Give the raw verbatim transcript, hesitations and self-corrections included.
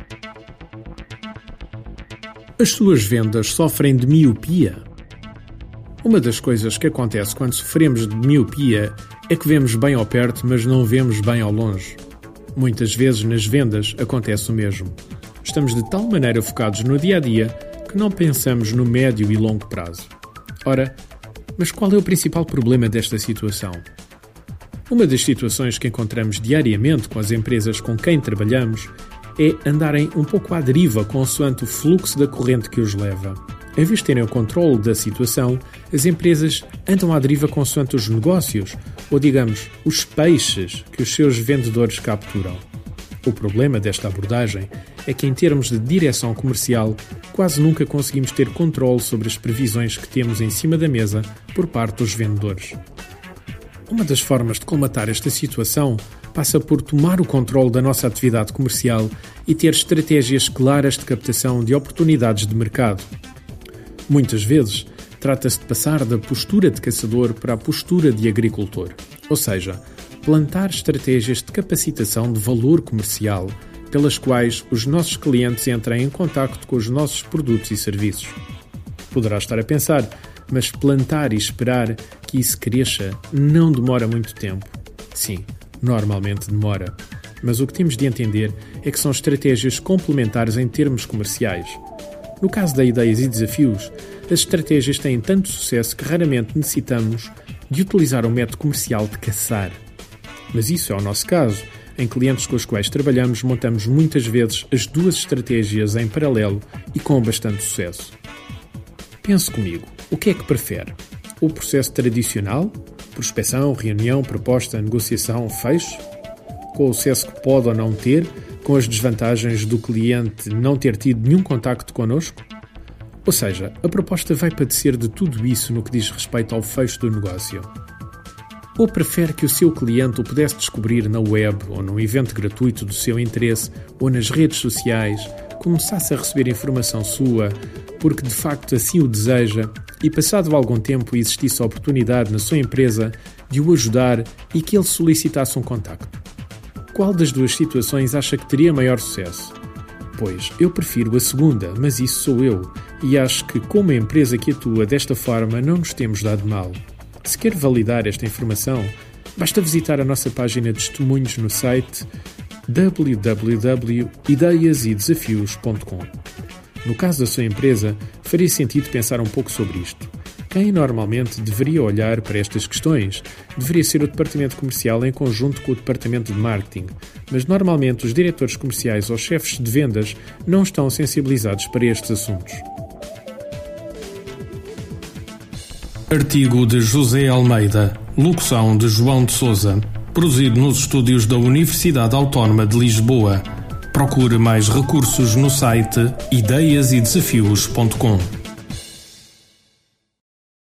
As suas vendas sofrem de miopia? Uma das coisas que acontece quando sofremos de miopia é que vemos bem ao perto, mas não vemos bem ao longe. Muitas vezes nas vendas acontece o mesmo. Estamos de tal maneira focados no dia-a-dia que não pensamos no médio e longo prazo. Ora, mas qual é o principal problema desta situação? Uma das situações que encontramos diariamente com as empresas com quem trabalhamos é andarem um pouco à deriva consoante o fluxo da corrente que os leva. Em vez de terem o controle da situação, as empresas andam à deriva consoante os negócios, ou digamos, os peixes que os seus vendedores capturam. O problema desta abordagem é que em termos de direção comercial, quase nunca conseguimos ter controle sobre as previsões que temos em cima da mesa por parte dos vendedores. Uma das formas de colmatar esta situação passa por tomar o controle da nossa atividade comercial e ter estratégias claras de captação de oportunidades de mercado. Muitas vezes, trata-se de passar da postura de caçador para a postura de agricultor, ou seja, plantar estratégias de capacitação de valor comercial pelas quais os nossos clientes entrem em contacto com os nossos produtos e serviços. Poderá estar a pensar, mas plantar e esperar que isso cresça não demora muito tempo. Sim, normalmente demora. Mas o que temos de entender é que são estratégias complementares em termos comerciais. No caso da ideias e desafios, as estratégias têm tanto sucesso que raramente necessitamos de utilizar o método comercial de caçar. Mas isso é o nosso caso. Em clientes com os quais trabalhamos, montamos muitas vezes as duas estratégias em paralelo e com bastante sucesso. Pense comigo, o que é que prefere? O processo tradicional? Prospecção, reunião, proposta, negociação, fecho? Com o sucesso que pode ou não ter, com as desvantagens do cliente não ter tido nenhum contacto connosco? Ou seja, a proposta vai padecer de tudo isso no que diz respeito ao fecho do negócio. Ou prefere que o seu cliente o pudesse descobrir na web ou num evento gratuito do seu interesse ou nas redes sociais, começasse a receber informação sua, porque de facto assim o deseja e passado algum tempo existisse a oportunidade na sua empresa de o ajudar e que ele solicitasse um contacto? Qual das duas situações acha que teria maior sucesso? Pois, eu prefiro a segunda, mas isso sou eu, e acho que como a empresa que atua desta forma não nos temos dado mal. Se quer validar esta informação, basta visitar a nossa página de testemunhos no site w w w ponto ideias e desafios ponto com. No caso da sua empresa, faria sentido pensar um pouco sobre isto. Quem normalmente deveria olhar para estas questões deveria ser o departamento comercial em conjunto com o departamento de marketing, mas normalmente os diretores comerciais ou chefes de vendas não estão sensibilizados para estes assuntos. Artigo de José Almeida, locução de João de Sousa, produzido nos estúdios da Universidade Autónoma de Lisboa. Procure mais recursos no site ideias e desafios ponto com.